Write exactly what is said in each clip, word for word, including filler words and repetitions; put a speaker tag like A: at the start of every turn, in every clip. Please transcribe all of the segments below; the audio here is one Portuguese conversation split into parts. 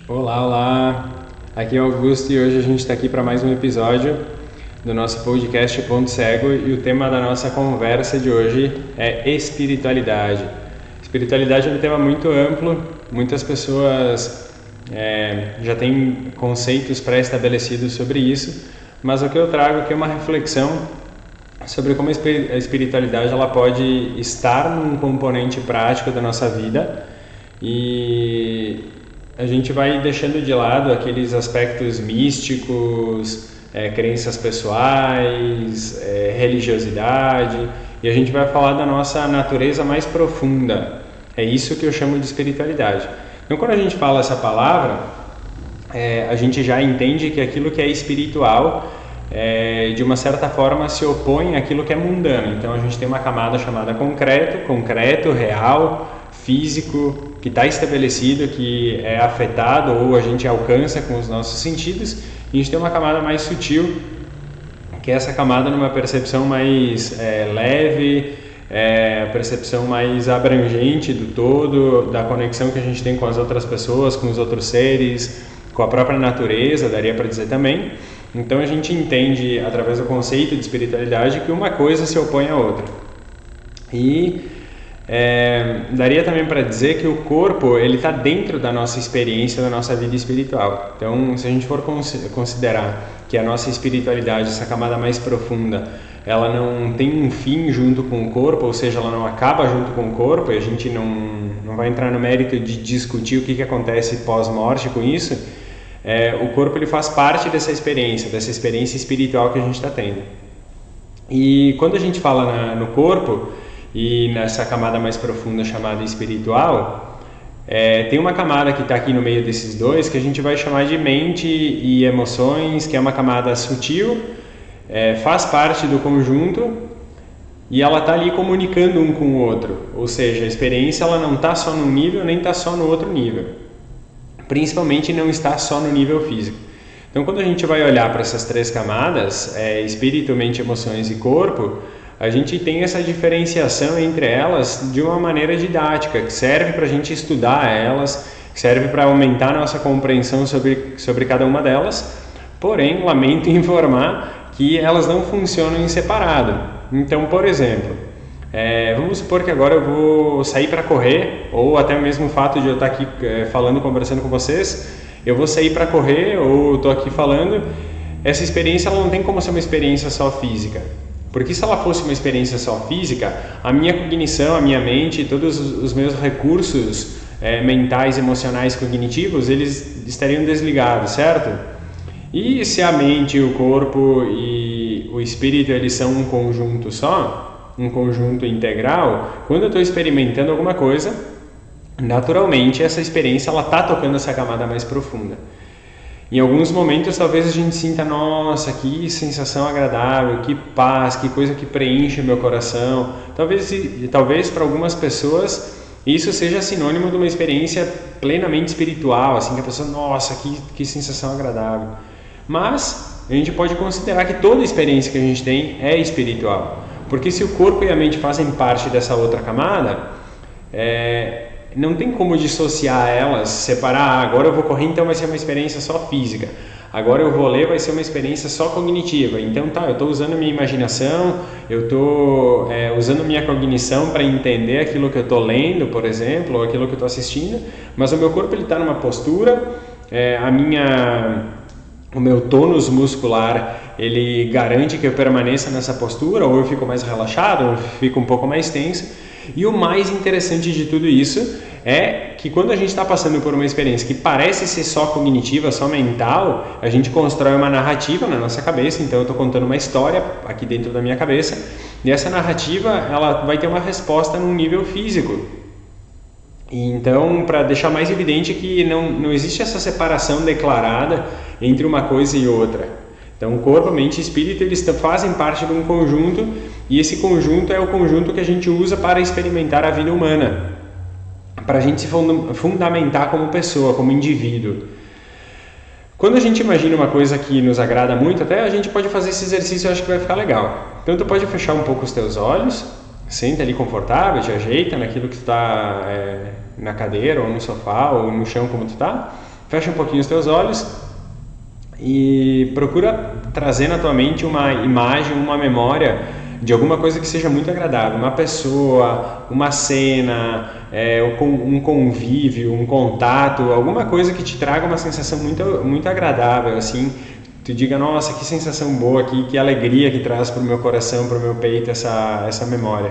A: Olá, olá! Aqui é o Augusto e hoje a gente está aqui para mais um episódio do nosso podcast Ponto Cego e o tema da nossa conversa de hoje é espiritualidade. Espiritualidade é um tema muito amplo, muitas pessoas é, já têm conceitos pré-estabelecidos sobre isso, mas o que eu trago aqui é uma reflexão sobre como a espiritualidade ela pode estar num componente prático da nossa vida e a gente vai deixando de lado aqueles aspectos místicos, é, crenças pessoais, é, religiosidade, e a gente vai falar da nossa natureza mais profunda. É isso que eu chamo de espiritualidade. Então, quando a gente fala essa palavra, é, a gente já entende que aquilo que é espiritual, é, de uma certa forma, se opõe àquilo que é mundano. Então, a gente tem uma camada chamada concreto, concreto, real, físico, que está estabelecido, que é afetado ou a gente alcança com os nossos sentidos, e a gente tem uma camada mais sutil, que é essa camada numa percepção mais é, leve, é, percepção mais abrangente do todo, da conexão que a gente tem com as outras pessoas, com os outros seres, com a própria natureza, daria para dizer também. Então a gente entende, através do conceito de espiritualidade, que uma coisa se opõe à outra. E É, daria também para dizer que o corpo ele está dentro da nossa experiência, da nossa vida espiritual. Então, se a gente for considerar que a nossa espiritualidade, essa camada mais profunda, ela não tem um fim junto com o corpo, ou seja, ela não acaba junto com o corpo, e a gente não, não vai entrar no mérito de discutir o que, que acontece pós-morte com isso, é, o corpo ele faz parte dessa experiência, dessa experiência espiritual que a gente está tendo. E quando a gente fala na, no corpo, e nessa camada mais profunda chamada espiritual, é, tem uma camada que está aqui no meio desses dois que a gente vai chamar de mente e emoções, que é uma camada sutil, é, faz parte do conjunto e ela está ali comunicando um com o outro, ou seja, a experiência ela não está só num nível nem está só no outro nível, principalmente não está só no nível físico. Então quando a gente vai olhar para essas três camadas, é, espírito, mente, emoções e corpo, a gente tem essa diferenciação entre elas de uma maneira didática, que serve para a gente estudar elas, que serve para aumentar a nossa compreensão sobre, sobre cada uma delas, porém, lamento informar que elas não funcionam em separado. Então, por exemplo, é, vamos supor que agora eu vou sair para correr, ou até mesmo o fato de eu estar aqui é, falando, conversando com vocês, eu vou sair para correr, ou estou aqui falando, essa experiência ela não tem como ser uma experiência só física. Porque se ela fosse uma experiência só física, a minha cognição, a minha mente, todos os meus recursos é, mentais, emocionais, cognitivos, eles estariam desligados, certo? E se a mente, o corpo e o espírito, eles são um conjunto só, um conjunto integral, quando eu estou experimentando alguma coisa, naturalmente essa experiência ela está tocando essa camada mais profunda. Em alguns momentos talvez a gente sinta, nossa, que sensação agradável, que paz, que coisa que preenche o meu coração. Talvez, talvez para algumas pessoas isso seja sinônimo de uma experiência plenamente espiritual, assim, que a pessoa, nossa, que, que sensação agradável. Mas a gente pode considerar que toda experiência que a gente tem é espiritual. Porque se o corpo e a mente fazem parte dessa outra camada, é... não tem como dissociar elas, separar, ah, agora eu vou correr, então vai ser uma experiência só física, agora eu vou ler, vai ser uma experiência só cognitiva, então tá, eu estou usando minha imaginação, eu estou é, usando minha cognição para entender aquilo que eu estou lendo, por exemplo, ou aquilo que eu estou assistindo, mas o meu corpo está numa postura, é, a minha, o meu tônus muscular, ele garante que eu permaneça nessa postura, ou eu fico mais relaxado, ou eu fico um pouco mais tenso. E o mais interessante de tudo isso é que quando a gente está passando por uma experiência que parece ser só cognitiva, só mental, a gente constrói uma narrativa na nossa cabeça, então eu estou contando uma história aqui dentro da minha cabeça, e essa narrativa ela vai ter uma resposta num nível físico. E então, para deixar mais evidente que não, não existe essa separação declarada entre uma coisa e outra. Então, corpo, mente e espírito, eles fazem parte de um conjunto e esse conjunto é o conjunto que a gente usa para experimentar a vida humana, para a gente se fundamentar como pessoa, como indivíduo. Quando a gente imagina uma coisa que nos agrada muito, até a gente pode fazer esse exercício, eu acho que vai ficar legal. Então, tu pode fechar um pouco os teus olhos, senta ali confortável, te ajeita naquilo que tu está é, na cadeira ou no sofá ou no chão como tu está. fecha um pouquinho os teus olhos e procura trazer na tua mente uma imagem, uma memória de alguma coisa que seja muito agradável, uma pessoa, uma cena, é, um convívio, um contato, alguma coisa que te traga uma sensação muito, muito agradável, assim, tu diga, nossa, que sensação boa aqui, que alegria que traz para o meu coração, para o meu peito essa, essa memória.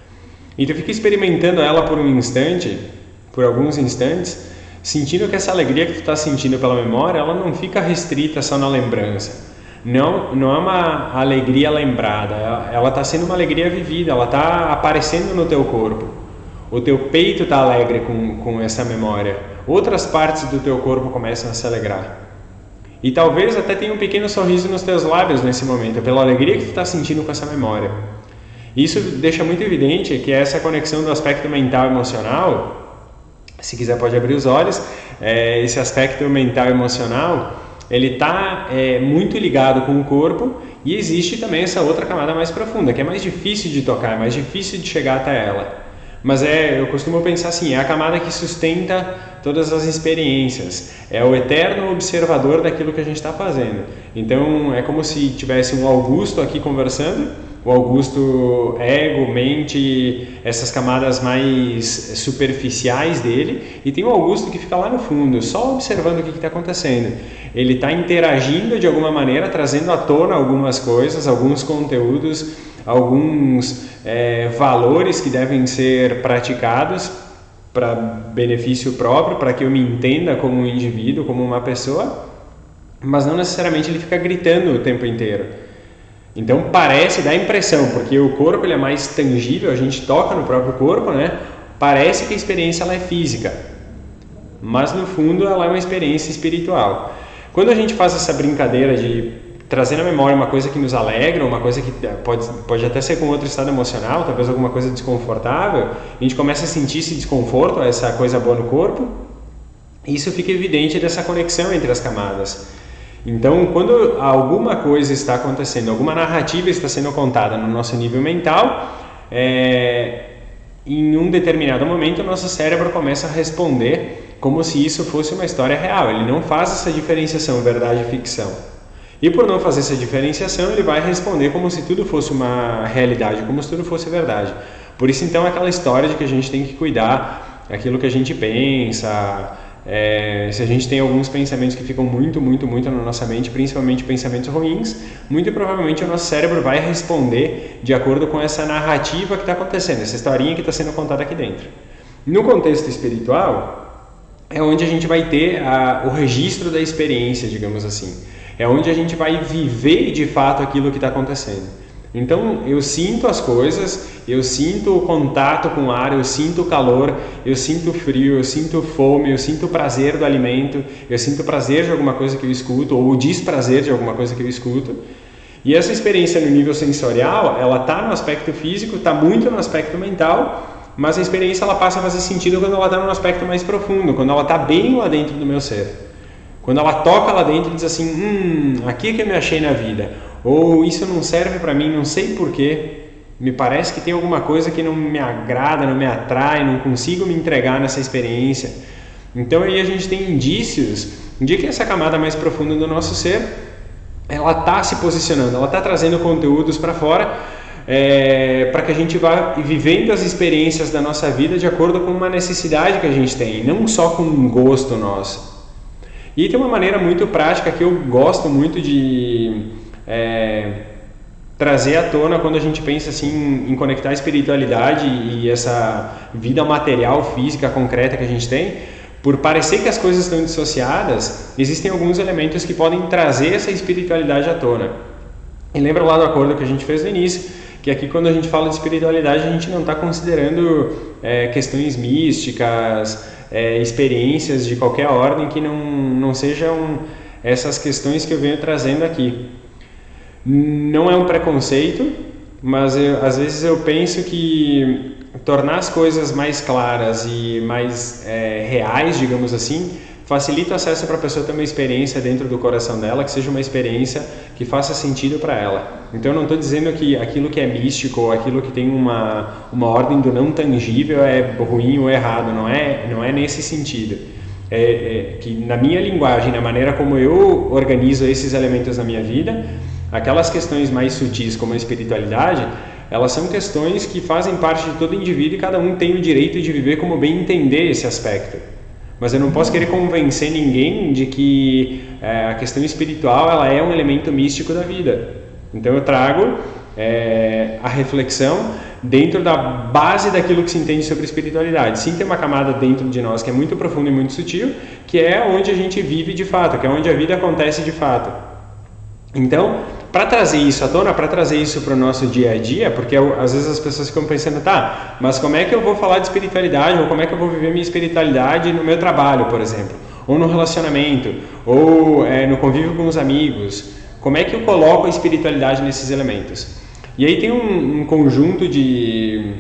A: E tu fica experimentando ela por um instante, por alguns instantes, sentindo que essa alegria que tu está sentindo pela memória, ela não fica restrita só na lembrança. Não, não é uma alegria lembrada, ela está sendo uma alegria vivida, ela está aparecendo no teu corpo. O teu peito está alegre com, com essa memória. Outras partes do teu corpo começam a se alegrar. E talvez até tenha um pequeno sorriso nos teus lábios nesse momento, pela alegria que tu está sentindo com essa memória. Isso deixa muito evidente que essa conexão do aspecto mental e emocional, se quiser pode abrir os olhos, é, esse aspecto mental e emocional, ele está é, muito ligado com o corpo, e existe também essa outra camada mais profunda, que é mais difícil de tocar, é mais difícil de chegar até ela. Mas é, eu costumo pensar assim, é a camada que sustenta todas as experiências, é o eterno observador daquilo que a gente está fazendo. Então é como se tivesse um Augusto aqui conversando, o Augusto ego, mente, essas camadas mais superficiais dele, e tem o Augusto que fica lá no fundo, só observando o que está acontecendo. Ele está interagindo de alguma maneira, trazendo à tona algumas coisas, alguns conteúdos, alguns é, valores que devem ser praticados para benefício próprio, para que eu me entenda como um indivíduo, como uma pessoa, mas não necessariamente ele fica gritando o tempo inteiro. Então parece, dá a impressão, porque o corpo ele é mais tangível, a gente toca no próprio corpo, né? Parece que a experiência ela é física, mas no fundo ela é uma experiência espiritual. Quando a gente faz essa brincadeira de trazer na memória uma coisa que nos alegra, uma coisa que pode, pode até ser com outro estado emocional, talvez alguma coisa desconfortável, a gente começa a sentir esse desconforto, essa coisa boa no corpo, e isso fica evidente dessa conexão entre as camadas. Então, quando alguma coisa está acontecendo, alguma narrativa está sendo contada no nosso nível mental, é, em um determinado momento o nosso cérebro começa a responder como se isso fosse uma história real. Ele não faz essa diferenciação verdade e ficção. E por não fazer essa diferenciação, ele vai responder como se tudo fosse uma realidade, como se tudo fosse verdade. Por isso, então, aquela história de que a gente tem que cuidar aquilo que a gente pensa. É, se a gente tem alguns pensamentos que ficam muito, muito, muito na nossa mente, principalmente pensamentos ruins, muito provavelmente o nosso cérebro vai responder de acordo com essa narrativa que está acontecendo, essa historinha que está sendo contada aqui dentro. No contexto espiritual, é onde a gente vai ter a, o registro da experiência, digamos assim. É onde a gente vai viver de fato aquilo que está acontecendo. Então eu sinto as coisas, eu sinto o contato com o ar, eu sinto o calor, eu sinto o frio, eu sinto fome, eu sinto o prazer do alimento, eu sinto o prazer de alguma coisa que eu escuto, ou o desprazer de alguma coisa que eu escuto. E essa experiência no nível sensorial, ela está no aspecto físico, está muito no aspecto mental, mas a experiência ela passa a fazer sentido quando ela está no aspecto mais profundo, quando ela está bem lá dentro do meu ser. Quando ela toca lá dentro e diz assim, hum, aqui que eu me achei na vida, ou isso não serve para mim, não sei porquê, me parece que tem alguma coisa que não me agrada, não me atrai, não consigo me entregar nessa experiência. Então aí a gente tem indícios de que essa camada mais profunda do nosso ser, ela está se posicionando, ela está trazendo conteúdos para fora, é, para que a gente vá vivendo as experiências da nossa vida de acordo com uma necessidade que a gente tem, não só com um gosto nosso. E tem uma maneira muito prática que eu gosto muito de é, trazer à tona quando a gente pensa assim, em conectar a espiritualidade e essa vida material, física, concreta que a gente tem. Por parecer que as coisas estão dissociadas, existem alguns elementos que podem trazer essa espiritualidade à tona. E lembra lá do acordo que a gente fez no início, que aqui quando a gente fala de espiritualidade, a gente não está considerando é, questões místicas, É, experiências de qualquer ordem que não, não sejam essas questões que eu venho trazendo aqui. Não é um preconceito, mas eu, às vezes eu penso que tornar as coisas mais claras e mais é, reais, digamos assim, facilita o acesso para a pessoa ter uma experiência dentro do coração dela, que seja uma experiência que faça sentido para ela. Então eu não estou dizendo que aquilo que é místico ou aquilo que tem uma, uma ordem do não tangível é ruim ou errado, não é, não é nesse sentido. é, é, que na minha linguagem, na maneira como eu organizo esses elementos na minha vida, aquelas questões mais sutis como a espiritualidade, elas são questões que fazem parte de todo indivíduo e cada um tem o direito de viver como bem entender esse aspecto. Mas eu não posso querer convencer ninguém de que é, a questão espiritual ela é um elemento místico da vida. Então eu trago é, a reflexão dentro da base daquilo que se entende sobre espiritualidade. Sim, tem uma camada dentro de nós que é muito profunda e muito sutil, que é onde a gente vive de fato, que é onde a vida acontece de fato. Então, para trazer isso à tona, para trazer isso para o nosso dia a dia, porque às vezes as pessoas ficam pensando, tá, mas como é que eu vou falar de espiritualidade, ou como é que eu vou viver minha espiritualidade no meu trabalho, por exemplo, ou no relacionamento, ou é, no convívio com os amigos, como é que eu coloco a espiritualidade nesses elementos? E aí tem um, um conjunto de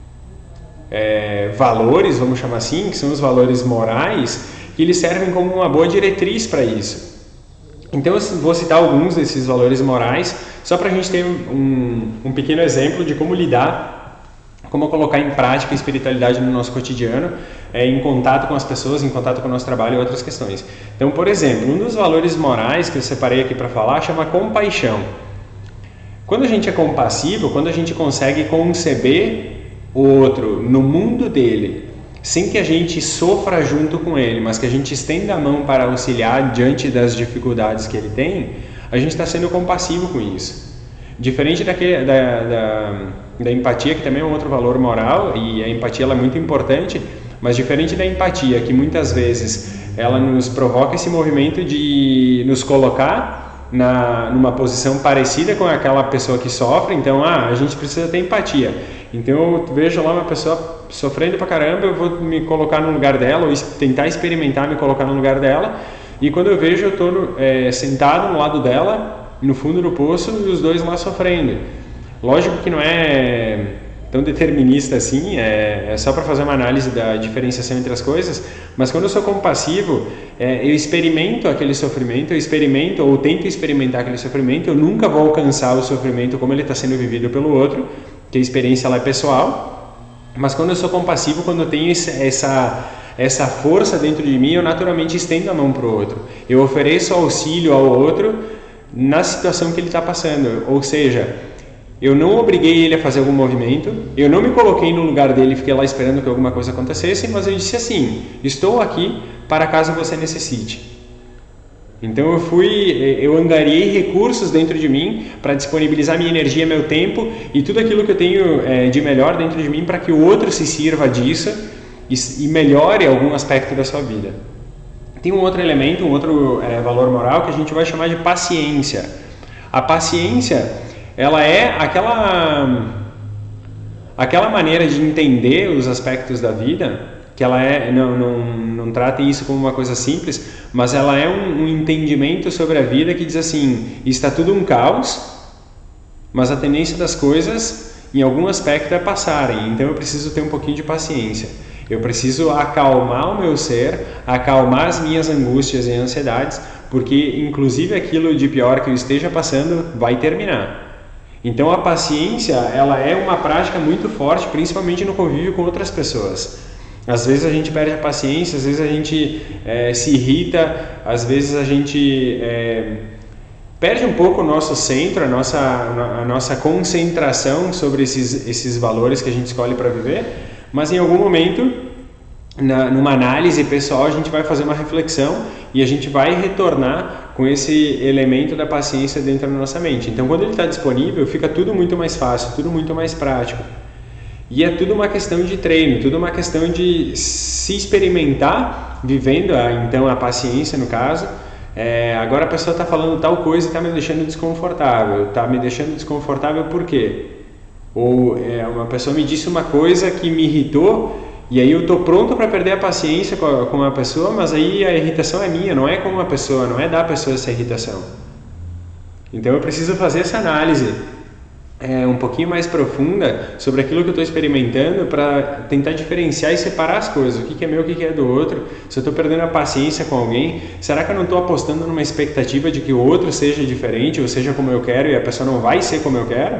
A: é, valores, vamos chamar assim, que são os valores morais, que eles servem como uma boa diretriz para isso. Então eu vou citar alguns desses valores morais, só para a gente ter um, um pequeno exemplo de como lidar, como colocar em prática a espiritualidade no nosso cotidiano, é, em contato com as pessoas, em contato com o nosso trabalho e outras questões. Então, por exemplo, um dos valores morais que eu separei aqui para falar chama compaixão. Quando a gente é compassivo, quando a gente consegue conceber o outro no mundo dele, sem que a gente sofra junto com ele, mas que a gente estenda a mão para auxiliar diante das dificuldades que ele tem, a gente está sendo compassivo com isso. Diferente daquele, da, da, da empatia, que também é um outro valor moral, e a empatia ela é muito importante, mas diferente da empatia, que muitas vezes ela nos provoca esse movimento de nos colocar na, numa posição parecida com aquela pessoa que sofre, então ah, a gente precisa ter empatia. Então eu vejo lá uma pessoa sofrendo pra caramba, eu vou me colocar no lugar dela, ou tentar experimentar me colocar no lugar dela, e quando eu vejo eu estou é, sentado no lado dela, no fundo do poço, e os dois lá sofrendo. Lógico que não é tão determinista assim, é, é só para fazer uma análise da diferenciação entre as coisas, mas quando eu sou compassivo, é, eu experimento aquele sofrimento, eu experimento ou tento experimentar aquele sofrimento, eu nunca vou alcançar o sofrimento como ele está sendo vivido pelo outro, que a experiência ela é pessoal, mas quando eu sou compassivo, quando eu tenho essa, essa força dentro de mim, eu naturalmente estendo a mão para o outro. Eu ofereço auxílio ao outro na situação que ele está passando, ou seja, eu não obriguei ele a fazer algum movimento, eu não me coloquei no lugar dele e fiquei lá esperando que alguma coisa acontecesse, mas eu disse assim, estou aqui para caso você necessite. Então eu fui, eu angariei recursos dentro de mim para disponibilizar minha energia, meu tempo e tudo aquilo que eu tenho é, de melhor dentro de mim para que o outro se sirva disso e, e melhore algum aspecto da sua vida. Tem um outro elemento, um outro é, valor moral que a gente vai chamar de paciência. A paciência, ela é aquela, aquela maneira de entender os aspectos da vida, que ela é, não, não, não tratem isso como uma coisa simples, mas ela é um, um entendimento sobre a vida que diz assim, está tudo um caos, mas a tendência das coisas em algum aspecto é passarem, então eu preciso ter um pouquinho de paciência, eu preciso acalmar o meu ser, acalmar as minhas angústias e ansiedades, porque inclusive aquilo de pior que eu esteja passando vai terminar. Então a paciência, ela é uma prática muito forte, principalmente no convívio com outras pessoas. Às vezes a gente perde a paciência, às vezes a gente é, se irrita, às vezes a gente é, perde um pouco o nosso centro, a nossa, a nossa concentração sobre esses, esses valores que a gente escolhe para viver, mas em algum momento, na, numa análise pessoal, a gente vai fazer uma reflexão e a gente vai retornar com esse elemento da paciência dentro da nossa mente. Então quando ele está disponível, fica tudo muito mais fácil, tudo muito mais prático. E é tudo uma questão de treino, tudo uma questão de se experimentar, vivendo a, então a paciência no caso. É, agora a pessoa está falando tal coisa e está me deixando desconfortável. Está me deixando desconfortável por quê? Ou é, uma pessoa me disse uma coisa que me irritou e aí eu estou pronto para perder a paciência com a, com a pessoa, mas aí a irritação é minha, não é com uma pessoa, não é da pessoa essa irritação. Então eu preciso fazer essa análise É, um pouquinho mais profunda sobre aquilo que eu estou experimentando para tentar diferenciar e separar as coisas, o que, que é meu, o que, que é do outro. Se eu estou perdendo a paciência com alguém, será que eu não estou apostando numa expectativa de que o outro seja diferente ou seja como eu quero e a pessoa não vai ser como eu quero?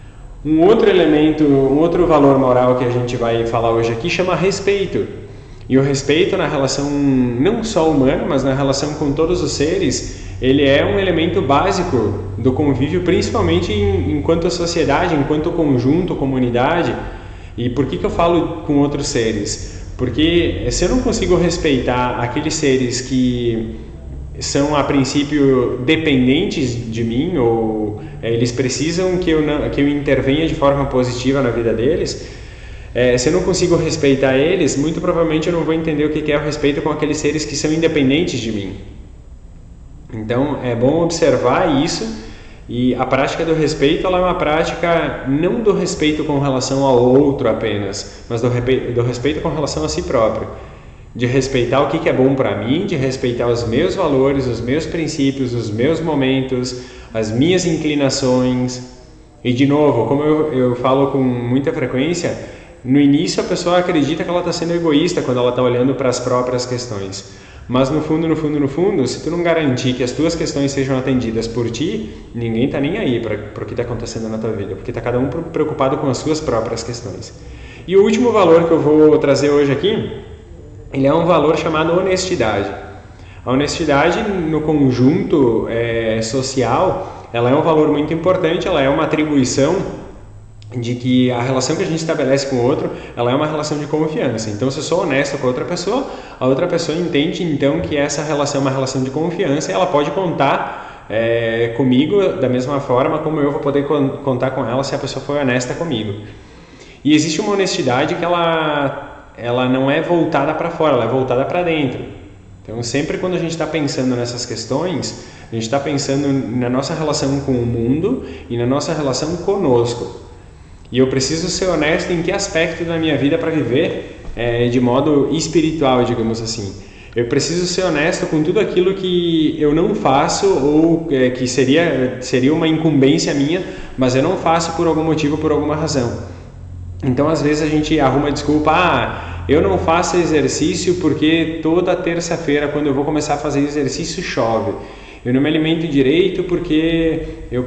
A: Um outro elemento, um outro valor moral que a gente vai falar hoje aqui chama respeito. E o respeito na relação não só humana, mas na relação com todos os seres, ele é um elemento básico do convívio, principalmente em, enquanto sociedade, enquanto conjunto, comunidade. E por que que eu falo com outros seres? Porque se eu não consigo respeitar aqueles seres que são a princípio dependentes de mim, ou é, eles precisam que eu, não, que eu intervenha de forma positiva na vida deles, é, se eu não consigo respeitar eles, muito provavelmente eu não vou entender o que é o respeito com aqueles seres que são independentes de mim. Então é bom observar isso, e a prática do respeito ela é uma prática não do respeito com relação ao outro apenas, mas do, do respeito com relação a si próprio. De respeitar o que é bom para mim, de respeitar os meus valores, os meus princípios, os meus momentos, as minhas inclinações. E de novo, como eu, eu falo com muita frequência, no início a pessoa acredita que ela está sendo egoísta quando ela está olhando para as próprias questões. Mas no fundo, no fundo, no fundo, se tu não garantir que as tuas questões sejam atendidas por ti, ninguém está nem aí para o que está acontecendo na tua vida, porque está cada um preocupado com as suas próprias questões. E o último valor que eu vou trazer hoje aqui, ele é um valor chamado honestidade. A honestidade no conjunto é, social, ela é um valor muito importante, ela é uma atribuição de que a relação que a gente estabelece com o outro, ela é uma relação de confiança. Então, se eu sou honesto com a outra pessoa, a outra pessoa entende então que essa relação é uma relação de confiança e ela pode contar é, comigo da mesma forma como eu vou poder con- contar com ela se a pessoa for honesta comigo. E existe uma honestidade que ela... ela não é voltada para fora, ela é voltada para dentro. Então, sempre quando a gente está pensando nessas questões, a gente está pensando na nossa relação com o mundo e na nossa relação conosco. E eu preciso ser honesto em que aspecto da minha vida para viver é, de modo espiritual, digamos assim. Eu preciso ser honesto com tudo aquilo que eu não faço ou é, que seria, seria uma incumbência minha, mas eu não faço por algum motivo, por alguma razão. Então, às vezes a gente arruma desculpa, ah, eu não faço exercício porque toda terça-feira, quando eu vou começar a fazer exercício, chove. Eu não me alimento direito porque eu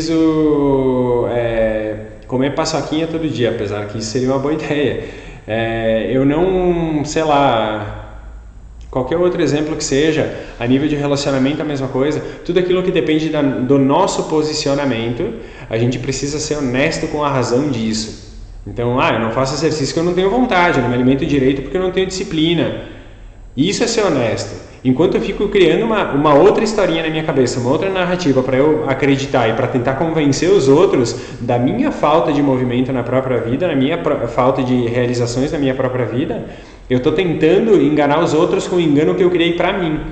A: preciso é, comer paçoquinha todo dia, apesar que isso seria uma boa ideia. É, eu não, sei lá, qualquer outro exemplo que seja, a nível de relacionamento a mesma coisa, tudo aquilo que depende da, do nosso posicionamento, a gente precisa ser honesto com a razão disso. Então, ah, eu não faço exercício porque eu não tenho vontade, eu não me alimento direito porque eu não tenho disciplina. Isso é ser honesto. Enquanto eu fico criando uma, uma outra historinha na minha cabeça, uma outra narrativa para eu acreditar e para tentar convencer os outros da minha falta de movimento na própria vida, da minha pro, falta de realizações na minha própria vida, eu estou tentando enganar os outros com o engano que eu criei para mim.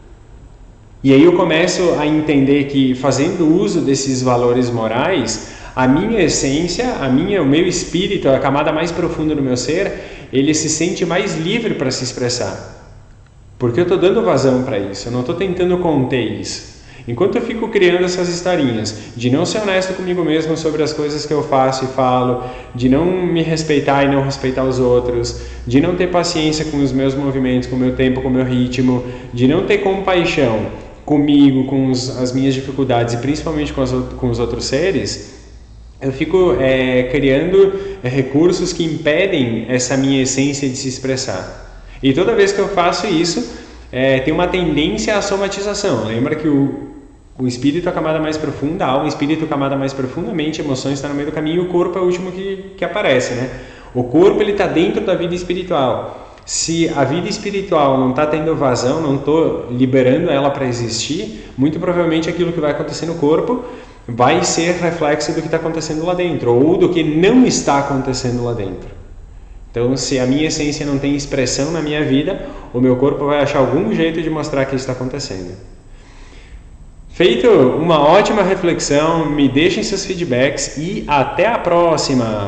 A: E aí eu começo a entender que, fazendo uso desses valores morais, a minha essência, a minha, o meu espírito, a camada mais profunda do meu ser, ele se sente mais livre para se expressar. Porque eu estou dando vazão para isso, eu não estou tentando conter isso. Enquanto eu fico criando essas historinhas de não ser honesto comigo mesmo sobre as coisas que eu faço e falo, de não me respeitar e não respeitar os outros, de não ter paciência com os meus movimentos, com o meu tempo, com o meu ritmo, de não ter compaixão comigo, com os, as minhas dificuldades e principalmente com, as, com os outros seres, eu fico é, criando é, recursos que impedem essa minha essência de se expressar. E toda vez que eu faço isso, é, tem uma tendência à somatização. Lembra que o, o espírito é a camada mais profunda, a alma, o espírito é a camada mais profunda, a mente, emoções está no meio do caminho e o corpo é o último que, que aparece, né? O corpo está dentro da vida espiritual. Se a vida espiritual não está tendo vazão, não estou liberando ela para existir, muito provavelmente aquilo que vai acontecer no corpo vai ser reflexo do que está acontecendo lá dentro, ou do que não está acontecendo lá dentro. Então, se a minha essência não tem expressão na minha vida, o meu corpo vai achar algum jeito de mostrar que isso está acontecendo. Feito uma ótima reflexão, me deixem seus feedbacks e até a próxima!